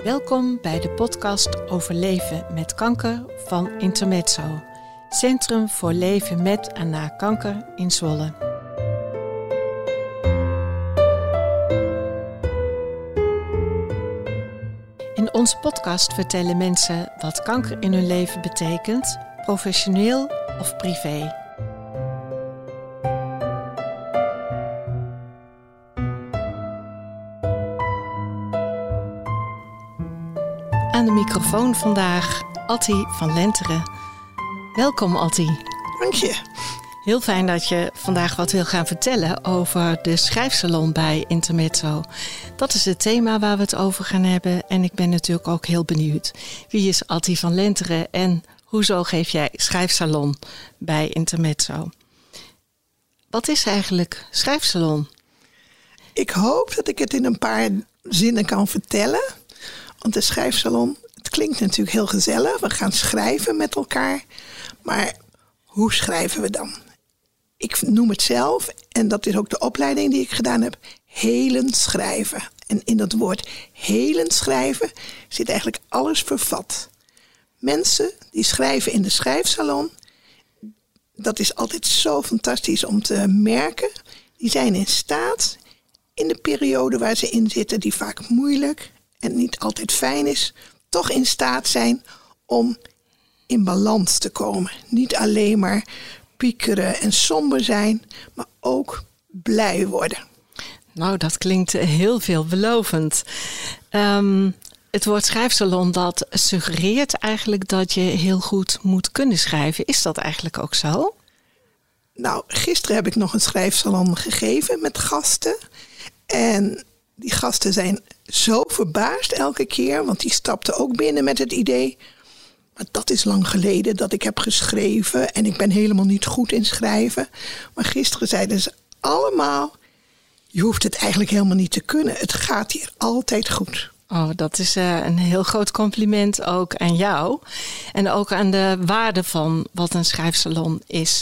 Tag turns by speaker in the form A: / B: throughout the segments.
A: Welkom bij de podcast over leven met kanker van Intermezzo. Centrum voor leven met en na kanker in Zwolle. In onze podcast vertellen mensen wat kanker in hun leven betekent, professioneel of privé. Aan de microfoon vandaag Attie van Lenteren. Welkom Attie.
B: Dank je.
A: Heel fijn dat je vandaag wat wil gaan vertellen over de schrijfsalon bij Intermezzo. Dat is het thema waar we het over gaan hebben. En ik ben natuurlijk ook heel benieuwd. Wie is Attie van Lenteren en hoezo geef jij schrijfsalon bij Intermezzo? Wat is eigenlijk schrijfsalon?
B: Ik hoop dat ik het in een paar zinnen kan vertellen. Want de schrijfsalon, het klinkt natuurlijk heel gezellig. We gaan schrijven met elkaar. Maar hoe schrijven we dan? Ik noem het zelf, en dat is ook de opleiding die ik gedaan heb, helend schrijven. En in dat woord helend schrijven zit eigenlijk alles vervat. Mensen die schrijven in de schrijfsalon, dat is altijd zo fantastisch om te merken. Die zijn in staat, in de periode waar ze in zitten, die vaak moeilijk en niet altijd fijn is, toch in staat zijn om in balans te komen. Niet alleen maar piekeren en somber zijn, maar ook blij worden.
A: Nou, dat klinkt heel veelbelovend. Het woord schrijfsalon, dat suggereert eigenlijk dat je heel goed moet kunnen schrijven. Is dat eigenlijk ook zo?
B: Nou, gisteren heb ik nog een schrijfsalon gegeven met gasten. En die gasten zijn zo verbaasd elke keer, want die stapten ook binnen met het idee, maar dat is lang geleden dat ik heb geschreven en ik ben helemaal niet goed in schrijven. Maar gisteren zeiden ze allemaal, je hoeft het eigenlijk helemaal niet te kunnen. Het gaat hier altijd goed.
A: Oh, dat is een heel groot compliment ook aan jou. En ook aan de waarde van wat een schrijfsalon is.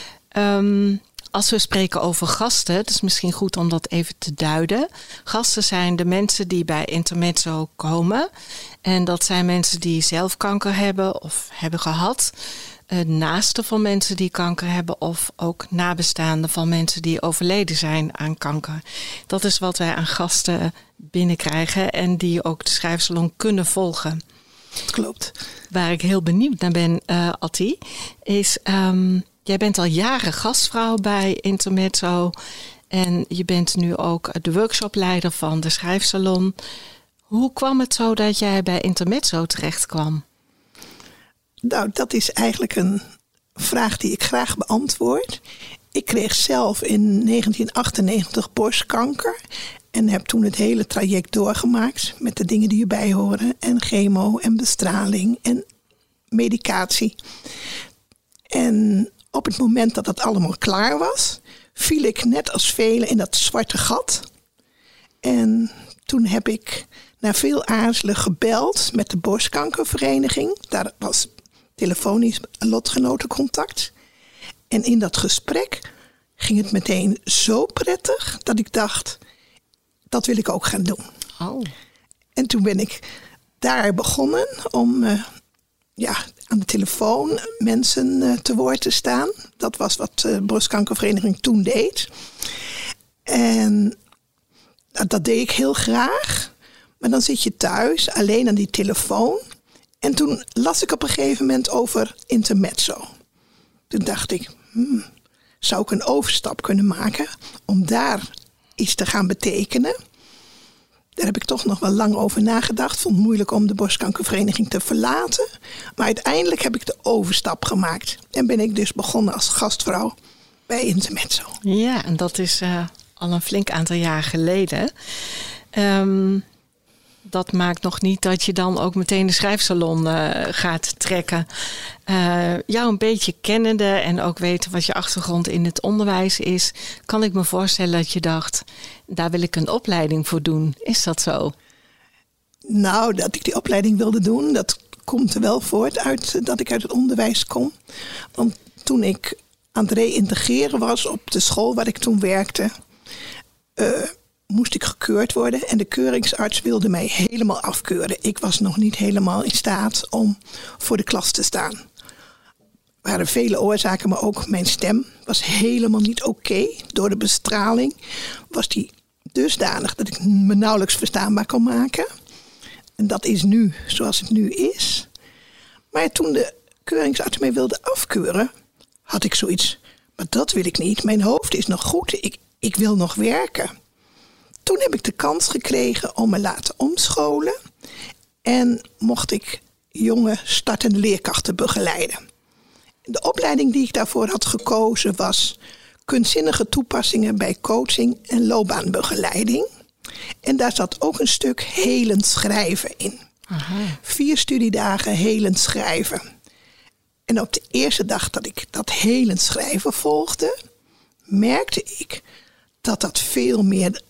A: Als we spreken over gasten, het is misschien goed om dat even te duiden. Gasten zijn de mensen die bij Intermezzo komen. En dat zijn mensen die zelf kanker hebben of hebben gehad. Naasten van mensen die kanker hebben of ook nabestaanden van mensen die overleden zijn aan kanker. Dat is wat wij aan gasten binnenkrijgen en die ook de schrijfsalon kunnen volgen.
B: Dat klopt.
A: Waar ik heel benieuwd naar ben, Attie, is jij bent al jaren gastvrouw bij Intermezzo en je bent nu ook de workshopleider van de schrijfsalon. Hoe kwam het zo dat jij bij Intermezzo terecht kwam?
B: Nou, dat is eigenlijk een vraag die ik graag beantwoord. Ik kreeg zelf in 1998 borstkanker en heb toen het hele traject doorgemaakt met de dingen die erbij horen. En chemo en bestraling en medicatie. En op het moment dat dat allemaal klaar was, viel ik net als velen in dat zwarte gat. En toen heb ik na veel aarzelen gebeld met de borstkankervereniging. Daar was telefonisch lotgenotencontact. En in dat gesprek ging het meteen zo prettig dat ik dacht, dat wil ik ook gaan doen.
A: Oh.
B: En toen ben ik daar begonnen om aan de telefoon mensen te woord te staan. Dat was wat de borstkankervereniging toen deed. En dat deed ik heel graag. Maar dan zit je thuis alleen aan die telefoon. En toen las ik op een gegeven moment over Intermezzo. Toen dacht ik, zou ik een overstap kunnen maken om daar iets te gaan betekenen? Daar heb ik toch nog wel lang over nagedacht. Vond het moeilijk om de borstkankervereniging te verlaten. Maar uiteindelijk heb ik de overstap gemaakt. En ben ik dus begonnen als gastvrouw bij Intermezzo.
A: Ja, en dat is al een flink aantal jaar geleden. Dat maakt nog niet dat je dan ook meteen de schrijfsalon gaat trekken. Jou een beetje kennende en ook weten wat je achtergrond in het onderwijs is, kan ik me voorstellen dat je dacht, daar wil ik een opleiding voor doen. Is dat zo?
B: Nou, dat ik die opleiding wilde doen, dat komt er wel voort uit dat ik uit het onderwijs kom. Want toen ik aan het reïntegreren was op de school waar ik toen werkte, moest ik gekeurd worden. En de keuringsarts wilde mij helemaal afkeuren. Ik was nog niet helemaal in staat om voor de klas te staan. Er waren vele oorzaken, maar ook mijn stem was helemaal niet oké. Door de bestraling was die dusdanig dat ik me nauwelijks verstaanbaar kon maken. En dat is nu zoals het nu is. Maar toen de keuringsarts mij wilde afkeuren, had ik zoiets. Maar dat wil ik niet. Mijn hoofd is nog goed. Ik wil nog werken. Toen heb ik de kans gekregen om me laten omscholen. En mocht ik jonge startende leerkrachten begeleiden. De opleiding die ik daarvoor had gekozen was kunstzinnige toepassingen bij coaching en loopbaanbegeleiding. En daar zat ook een stuk helend schrijven in. Aha. 4 studiedagen helend schrijven. En op de eerste dag dat ik dat helend schrijven volgde, merkte ik dat veel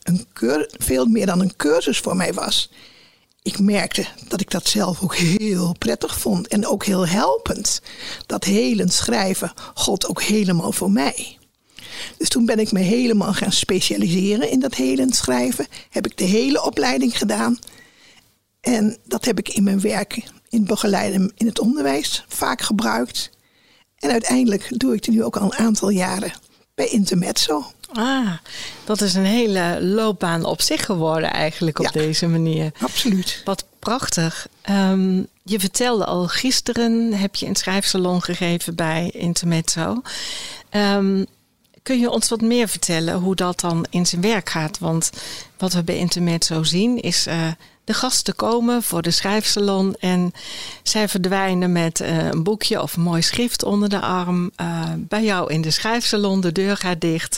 B: meer dan een cursus voor mij was. Ik merkte dat ik dat zelf ook heel prettig vond en ook heel helpend. Dat helend schrijven gold ook helemaal voor mij. Dus toen ben ik me helemaal gaan specialiseren in dat helend schrijven. Heb ik de hele opleiding gedaan. En dat heb ik in mijn werk in begeleiden in het onderwijs vaak gebruikt. En uiteindelijk doe ik het nu ook al een aantal jaren bij Intermezzo.
A: Ah, dat is een hele loopbaan op zich geworden eigenlijk op deze manier.
B: Absoluut.
A: Wat prachtig. Je vertelde al gisteren heb je een schrijfsalon gegeven bij Intermezzo. Kun je ons wat meer vertellen hoe dat dan in zijn werk gaat? Want wat we bij Intermezzo zien is de gasten komen voor de schrijfsalon en zij verdwijnen met een boekje of een mooi schrift onder de arm bij jou in de schrijfsalon. De deur gaat dicht.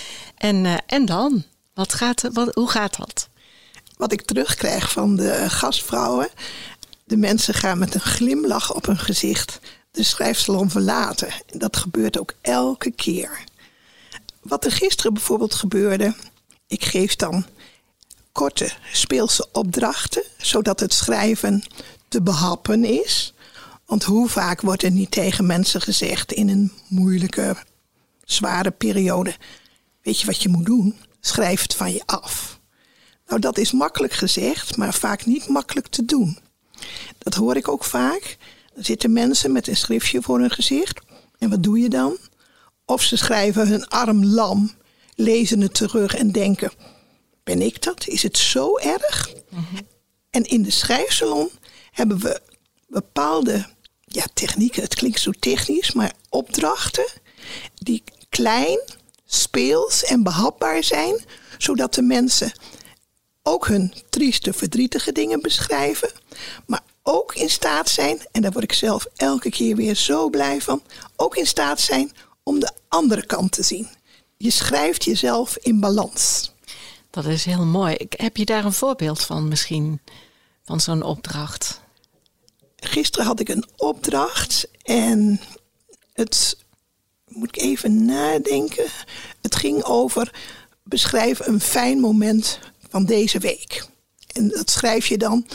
A: En dan? Hoe gaat dat?
B: Wat ik terugkrijg van de gastvrouwen, de mensen gaan met een glimlach op hun gezicht de schrijfsalon verlaten. En dat gebeurt ook elke keer. Wat er gisteren bijvoorbeeld gebeurde, ik geef dan korte speelse opdrachten, zodat het schrijven te behappen is. Want hoe vaak wordt er niet tegen mensen gezegd in een moeilijke, zware periode: weet je wat je moet doen? Schrijf het van je af. Nou, dat is makkelijk gezegd, maar vaak niet makkelijk te doen. Dat hoor ik ook vaak. Er zitten mensen met een schriftje voor hun gezicht. En wat doe je dan? Of ze schrijven hun arm lam, lezen het terug en denken: ben ik dat? Is het zo erg? Mm-hmm. En in de schrijfsalon hebben we bepaalde technieken. Het klinkt zo technisch, maar opdrachten die klein, speels en behapbaar zijn, zodat de mensen ook hun trieste, verdrietige dingen beschrijven, maar ook in staat zijn, en daar word ik zelf elke keer weer zo blij van, ook in staat zijn om de andere kant te zien. Je schrijft jezelf in balans.
A: Dat is heel mooi. Heb je daar een voorbeeld van misschien, van zo'n opdracht?
B: Gisteren had ik een opdracht en het moet ik even nadenken. Het ging over: beschrijf een fijn moment van deze week. En dat schrijf je dan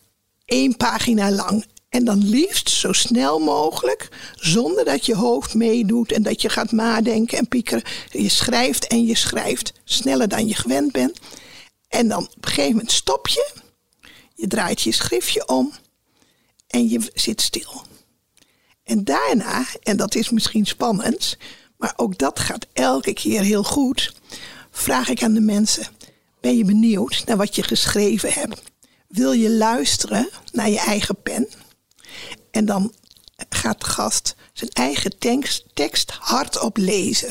B: 1 pagina lang. En dan liefst zo snel mogelijk, zonder dat je hoofd meedoet en dat je gaat nadenken en piekeren. Je schrijft en je schrijft sneller dan je gewend bent. En dan op een gegeven moment stop je. Je draait je schriftje om en je zit stil. En daarna, en dat is misschien spannend, maar ook dat gaat elke keer heel goed, vraag ik aan de mensen: ben je benieuwd naar wat je geschreven hebt? Wil je luisteren naar je eigen pen? En dan gaat de gast zijn eigen tekst hardop lezen.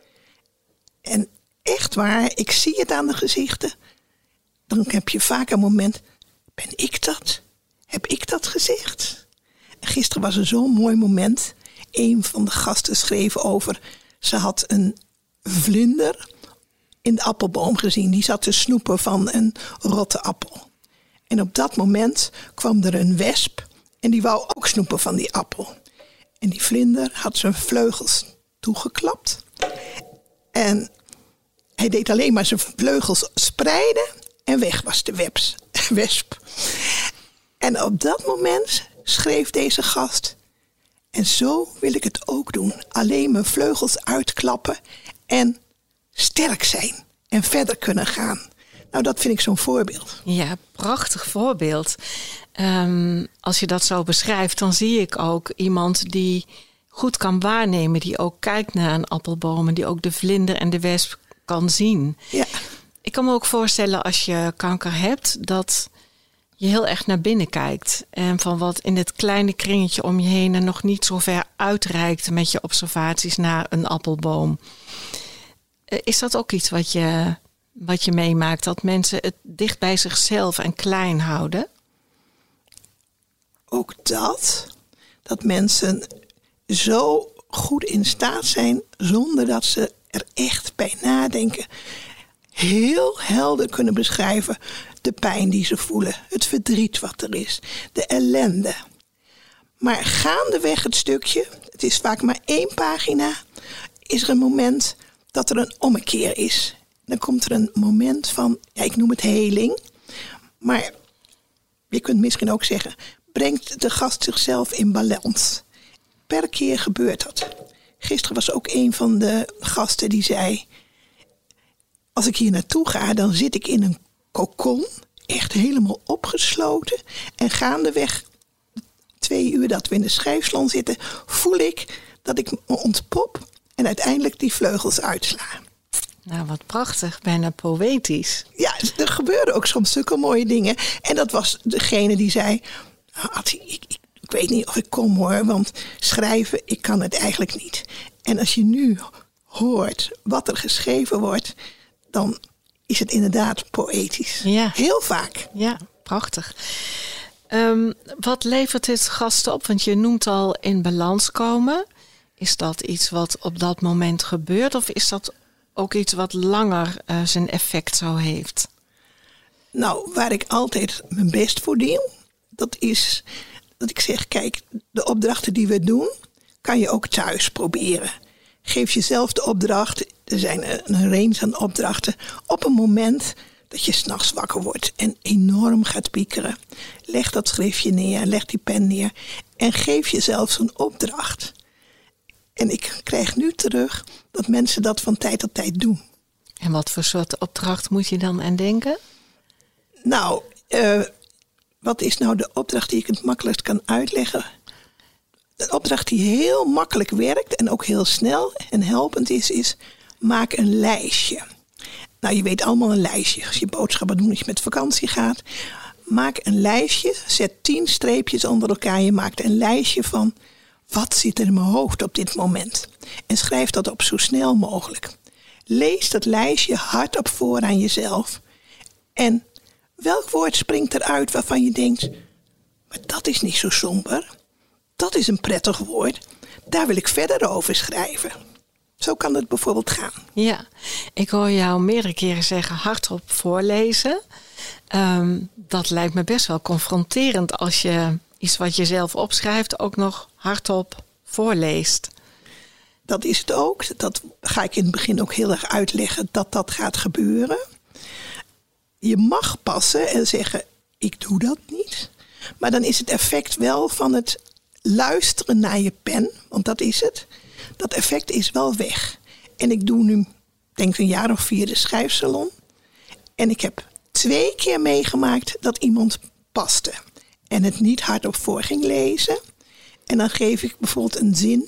B: En echt waar, ik zie het aan de gezichten. Dan heb je vaak een moment: ben ik dat? Heb ik dat gezegd? En gisteren was er zo'n mooi moment. Een van de gasten schreef over: ze had een vlinder in de appelboom gezien. Die zat te snoepen van een rotte appel. En op dat moment kwam er een wesp en die wou ook snoepen van die appel. En die vlinder had zijn vleugels toegeklapt. En hij deed alleen maar zijn vleugels spreiden en weg was de wesp. En op dat moment schreef deze gast: en zo wil ik het ook doen. Alleen mijn vleugels uitklappen en sterk zijn en verder kunnen gaan. Nou, dat vind ik zo'n voorbeeld.
A: Ja, prachtig voorbeeld. Als je dat zo beschrijft, dan zie ik ook iemand die goed kan waarnemen. Die ook kijkt naar een appelboom en die ook de vlinder en de wesp kan zien.
B: Ja.
A: Ik kan me ook voorstellen als je kanker hebt, dat je heel erg naar binnen kijkt. En van wat in het kleine kringetje om je heen en nog niet zo ver uitreikt met je observaties naar een appelboom. Is dat ook iets wat je meemaakt? Dat mensen het dicht bij zichzelf en klein houden?
B: Ook dat mensen zo goed in staat zijn, zonder dat ze er echt bij nadenken, heel helder kunnen beschrijven de pijn die ze voelen, het verdriet wat er is, de ellende. Maar gaandeweg het stukje, het is vaak maar 1 pagina, is er een moment dat er een ommekeer is. Dan komt er een moment van, ik noem het heling, maar je kunt misschien ook zeggen, brengt de gast zichzelf in balans. Per keer gebeurt dat. Gisteren was ook een van de gasten die zei, als ik hier naartoe ga, dan zit ik in een kokon, echt helemaal opgesloten. En gaandeweg 2 uur dat we in de schrijfsalon zitten, voel ik dat ik me ontpop en uiteindelijk die vleugels uitsla.
A: Nou, wat prachtig, bijna poëtisch.
B: Ja, er gebeuren ook soms zulke mooie dingen. En dat was degene die zei, ik weet niet of ik kom hoor, want schrijven, ik kan het eigenlijk niet. En als je nu hoort wat er geschreven wordt, dan is het inderdaad poëtisch.
A: Ja.
B: Heel vaak.
A: Ja, prachtig. Wat levert dit gasten op? Want je noemt al in balans komen. Is dat iets wat op dat moment gebeurt? Of is dat ook iets wat langer zijn effect zo heeft?
B: Nou, waar ik altijd mijn best voor doe, dat is dat ik zeg, kijk, de opdrachten die we doen, kan je ook thuis proberen. Geef jezelf de opdracht, er zijn een range aan opdrachten, op een moment dat je 's nachts wakker wordt en enorm gaat piekeren. Leg dat schriftje neer, leg die pen neer en geef jezelf zo'n opdracht. En ik krijg nu terug dat mensen dat van tijd tot tijd doen.
A: En wat voor soort opdracht moet je dan aan denken?
B: Nou, wat is nou de opdracht die ik het makkelijkst kan uitleggen? Een opdracht die heel makkelijk werkt en ook heel snel en helpend is maak een lijstje. Nou, je weet allemaal een lijstje. Als je boodschappen doet, als je met vakantie gaat. Maak een lijstje, zet 10 streepjes onder elkaar. Je maakt een lijstje van, wat zit er in mijn hoofd op dit moment? En schrijf dat op zo snel mogelijk. Lees dat lijstje hardop voor aan jezelf. En welk woord springt eruit waarvan je denkt, maar dat is niet zo somber. Dat is een prettig woord. Daar wil ik verder over schrijven. Zo kan het bijvoorbeeld gaan.
A: Ja, ik hoor jou meerdere keren zeggen hardop voorlezen. Dat lijkt me best wel confronterend als je iets wat je zelf opschrijft ook nog hardop voorleest.
B: Dat is het ook. Dat ga ik in het begin ook heel erg uitleggen dat dat gaat gebeuren. Je mag passen en zeggen, ik doe dat niet. Maar dan is het effect wel van het luisteren naar je pen, want dat is het. Dat effect is wel weg. En ik doe nu, denk ik, een jaar of 4 de schrijfsalon. En ik heb 2 keer meegemaakt dat iemand paste. En het niet hardop voor ging lezen. En dan geef ik bijvoorbeeld een zin.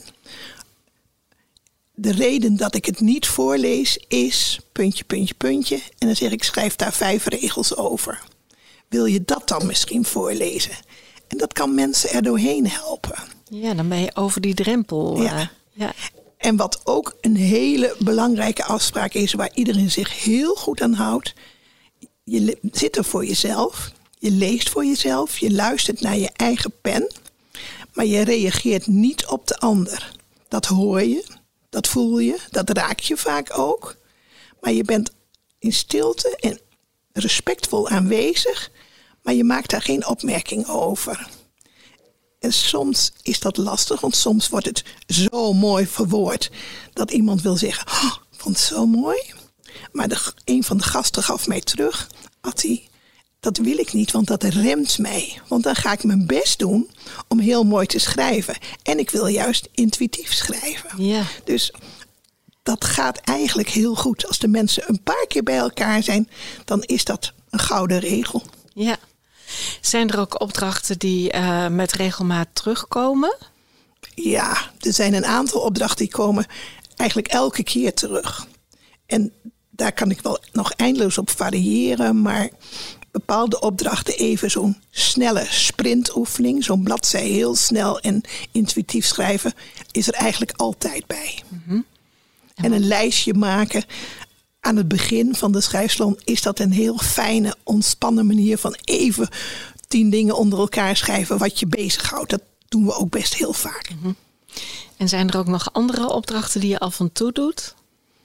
B: De reden dat ik het niet voorlees is, puntje, puntje, puntje. En dan zeg ik, schrijf daar 5 regels over. Wil je dat dan misschien voorlezen? En dat kan mensen er doorheen helpen.
A: Ja, dan ben je over die drempel.
B: Ja.
A: Ja.
B: En wat ook een hele belangrijke afspraak is, waar iedereen zich heel goed aan houdt. Je zit er voor jezelf, je leest voor jezelf, je luistert naar je eigen pen. Maar je reageert niet op de ander. Dat hoor je, dat voel je, dat raak je vaak ook. Maar je bent in stilte en respectvol aanwezig, maar je maakt daar geen opmerking over. En soms is dat lastig, want soms wordt het zo mooi verwoord dat iemand wil zeggen, oh, ik vond het zo mooi. Maar een van de gasten gaf mij terug, Attie, dat wil ik niet, want dat remt mij. Want dan ga ik mijn best doen om heel mooi te schrijven. En ik wil juist intuïtief schrijven.
A: Ja.
B: Dus dat gaat eigenlijk heel goed. Als de mensen een paar keer bij elkaar zijn, dan is dat een gouden regel.
A: Ja. Zijn er ook opdrachten die met regelmaat terugkomen?
B: Ja, er zijn een aantal opdrachten die komen eigenlijk elke keer terug. En daar kan ik wel nog eindeloos op variëren, maar bepaalde opdrachten, even zo'n snelle sprintoefening, zo'n bladzij heel snel en intuïtief schrijven, is er eigenlijk altijd bij. Mm-hmm. En een lijstje maken aan het begin van de schrijfsalon is dat een heel fijne, ontspannen manier van even 10 dingen onder elkaar schrijven wat je bezighoudt. Dat doen we ook best heel vaak.
A: Mm-hmm. En zijn er ook nog andere opdrachten die je af en toe doet?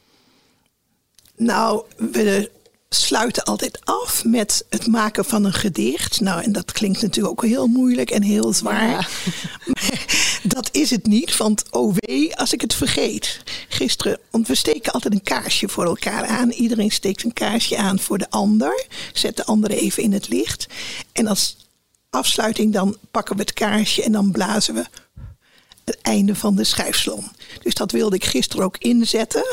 B: Nou, we sluiten altijd af met het maken van een gedicht. Nou, en dat klinkt natuurlijk ook heel moeilijk en heel zwaar. Ja. Maar dat is het niet, want oh wee als ik het vergeet. Gisteren, want we steken altijd een kaarsje voor elkaar aan. Iedereen steekt een kaarsje aan voor de ander. Zet de ander even in het licht. En als afsluiting dan pakken we het kaarsje en dan blazen we het einde van de schrijfsalon. Dus dat wilde ik gisteren ook inzetten.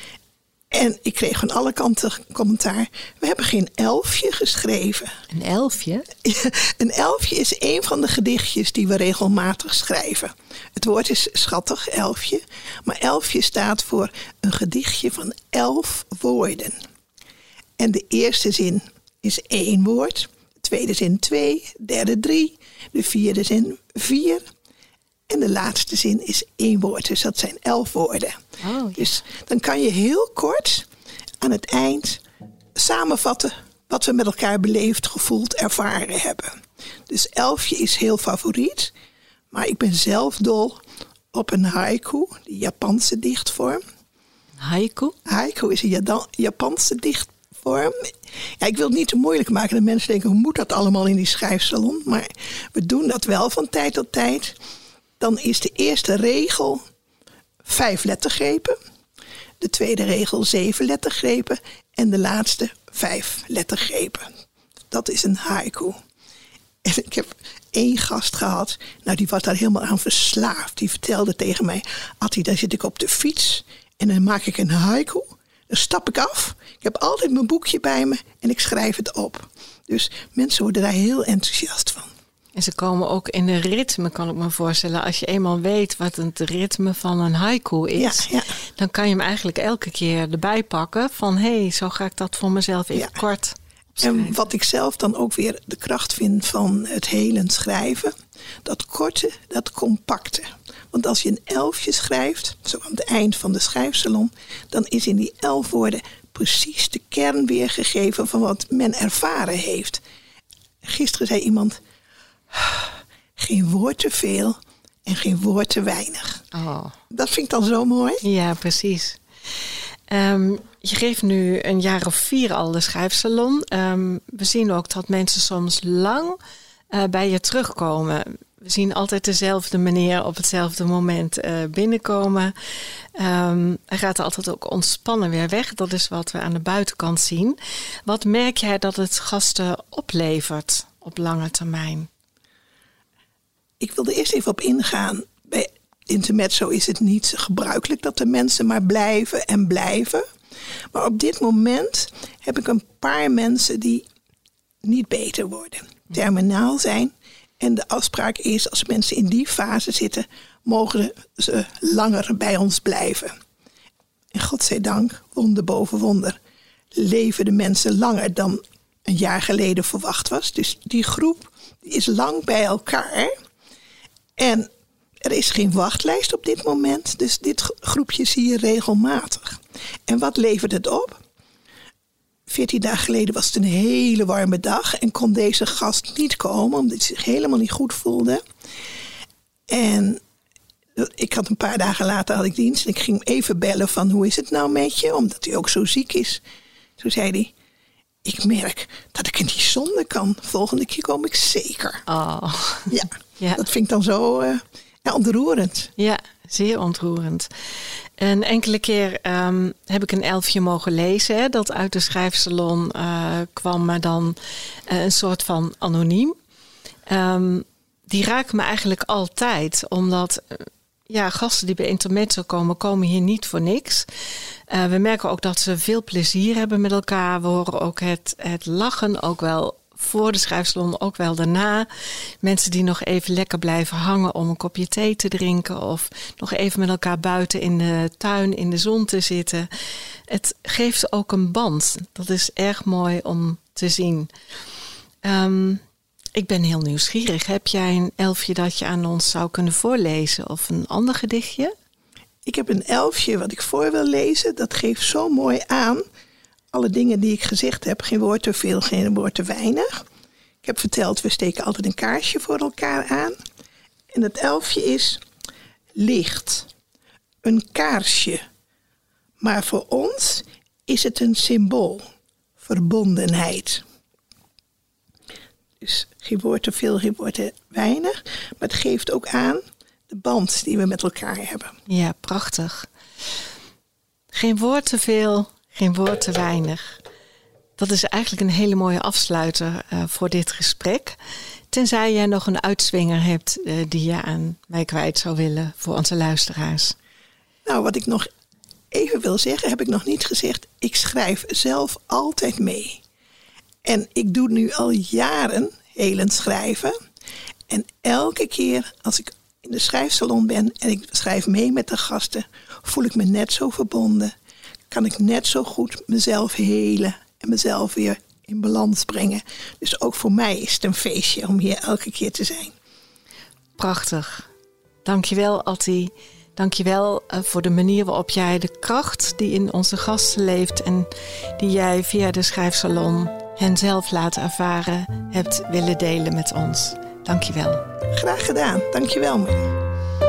B: En ik kreeg van alle kanten commentaar. We hebben geen elfje geschreven.
A: Een elfje?
B: Een elfje is een van de gedichtjes die we regelmatig schrijven. Het woord is schattig, elfje. Maar elfje staat voor een gedichtje van 11 woorden. En de eerste zin is 1 woord. De tweede zin 2. De derde 3. De vierde zin 4. En de laatste zin is 1 woord. Dus dat zijn 11 woorden. Oh, ja. Dus dan kan je heel kort aan het eind samenvatten wat we met elkaar beleefd, gevoeld, ervaren hebben. Dus elfje is heel favoriet. Maar ik ben zelf dol op een haiku, de Japanse dichtvorm.
A: Haiku?
B: Haiku is een Japanse dichtvorm. Ja, ik wil het niet te moeilijk maken. Dat mensen denken, hoe moet dat allemaal in die schrijfsalon? Maar we doen dat wel van tijd tot tijd. Dan is de eerste regel 5 lettergrepen. De tweede regel 7 lettergrepen. En de laatste 5 lettergrepen. Dat is een haiku. En ik heb 1 gast gehad. Nou, die was daar helemaal aan verslaafd. Die vertelde tegen mij, Attie, daar zit ik op de fiets. En dan maak ik een haiku. Dan stap ik af. Ik heb altijd mijn boekje bij me. En ik schrijf het op. Dus mensen worden daar heel enthousiast van.
A: En ze komen ook in een ritme, kan ik me voorstellen. Als je eenmaal weet wat het ritme van een haiku is, ja. Dan kan je hem eigenlijk elke keer erbij pakken van hé, zo ga ik dat voor mezelf even kort opschrijven. En
B: wat ik zelf dan ook weer de kracht vind van het helend schrijven, dat korte, dat compacte. Want als je een elfje schrijft, zo aan het eind van de schrijfsalon, dan is in die 11 woorden precies de kern weergegeven van wat men ervaren heeft. Gisteren zei iemand, geen woord te veel en geen woord te weinig. Oh. Dat vind ik dan zo mooi.
A: Ja, precies. Je geeft nu een jaar of 4 al de schrijfsalon. We zien ook dat mensen soms lang bij je terugkomen. We zien altijd dezelfde meneer op hetzelfde moment binnenkomen. Hij gaat altijd ook ontspannen weer weg. Dat is wat we aan de buitenkant zien. Wat merk jij dat het gasten oplevert op lange termijn?
B: Ik wil er eerst even op ingaan. Bij Intermezzo is het niet gebruikelijk dat de mensen maar blijven en blijven. Maar op dit moment heb ik een paar mensen die niet beter worden. Terminaal zijn. En de afspraak is, als mensen in die fase zitten, mogen ze langer bij ons blijven. En godzijdank, wonder boven wonder, leven de mensen langer dan een jaar geleden verwacht was. Dus die groep is lang bij elkaar. En er is geen wachtlijst op dit moment. Dus dit groepje zie je regelmatig. En wat levert het op? 14 dagen geleden was het een hele warme dag. En kon deze gast niet komen. Omdat hij zich helemaal niet goed voelde. En ik had een paar dagen later had ik dienst. En ik ging hem even bellen van hoe is het nou met je? Omdat hij ook zo ziek is. Toen zei hij, ik merk dat ik er niet zonder kan. Volgende keer kom ik zeker.
A: Oh.
B: Ja, dat vind ik dan zo ontroerend.
A: Ja, zeer ontroerend. Een enkele keer heb ik een elfje mogen lezen. Hè, dat uit de schrijfsalon kwam, maar dan een soort van anoniem. Die raken me eigenlijk altijd. Omdat gasten die bij Intermezzo komen hier niet voor niks. We merken ook dat ze veel plezier hebben met elkaar. We horen ook het lachen, ook wel voor de schrijfsalon, ook wel daarna. Mensen die nog even lekker blijven hangen om een kopje thee te drinken. Of nog even met elkaar buiten in de tuin in de zon te zitten. Het geeft ook een band. Dat is erg mooi om te zien. Ik ben heel nieuwsgierig. Heb jij een elfje dat je aan ons zou kunnen voorlezen? Of een ander gedichtje?
B: Ik heb een elfje wat ik voor wil lezen. Dat geeft zo mooi aan alle dingen die ik gezegd heb. Geen woord te veel, geen woord te weinig. Ik heb verteld, we steken altijd een kaarsje voor elkaar aan. En het elfje is licht. Een kaarsje. Maar voor ons is het een symbool. Verbondenheid. Dus geen woord te veel, geen woord te weinig. Maar het geeft ook aan de band die we met elkaar hebben.
A: Ja, prachtig. Geen woord te veel, geen woord te weinig. Dat is eigenlijk een hele mooie afsluiter voor dit gesprek. Tenzij jij nog een uitzwinger hebt die je aan mij kwijt zou willen voor onze luisteraars.
B: Nou, wat ik nog even wil zeggen, heb ik nog niet gezegd. Ik schrijf zelf altijd mee. En ik doe nu al jaren helend schrijven. En elke keer als ik in de schrijfsalon ben en ik schrijf mee met de gasten, voel ik me net zo verbonden. Kan ik net zo goed mezelf helen en mezelf weer in balans brengen. Dus ook voor mij is het een feestje om hier elke keer te zijn.
A: Prachtig. Dankjewel, Atti. Dankjewel voor de manier waarop jij de kracht die in onze gasten leeft en die jij via de schrijfsalon hen zelf laten ervaren hebt willen delen met ons. Dankjewel.
B: Graag gedaan. Dankjewel, Marie.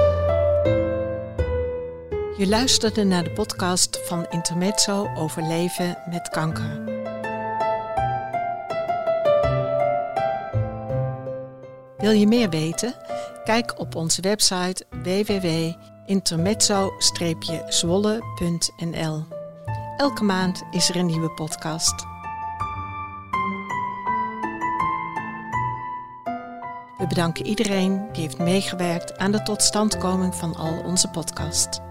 A: Je luisterde naar de podcast van Intermezzo over leven met kanker. Wil je meer weten? Kijk op onze website www.intermezzo-zwolle.nl. Elke maand is er een nieuwe podcast. We bedanken iedereen die heeft meegewerkt aan de totstandkoming van al onze podcasts.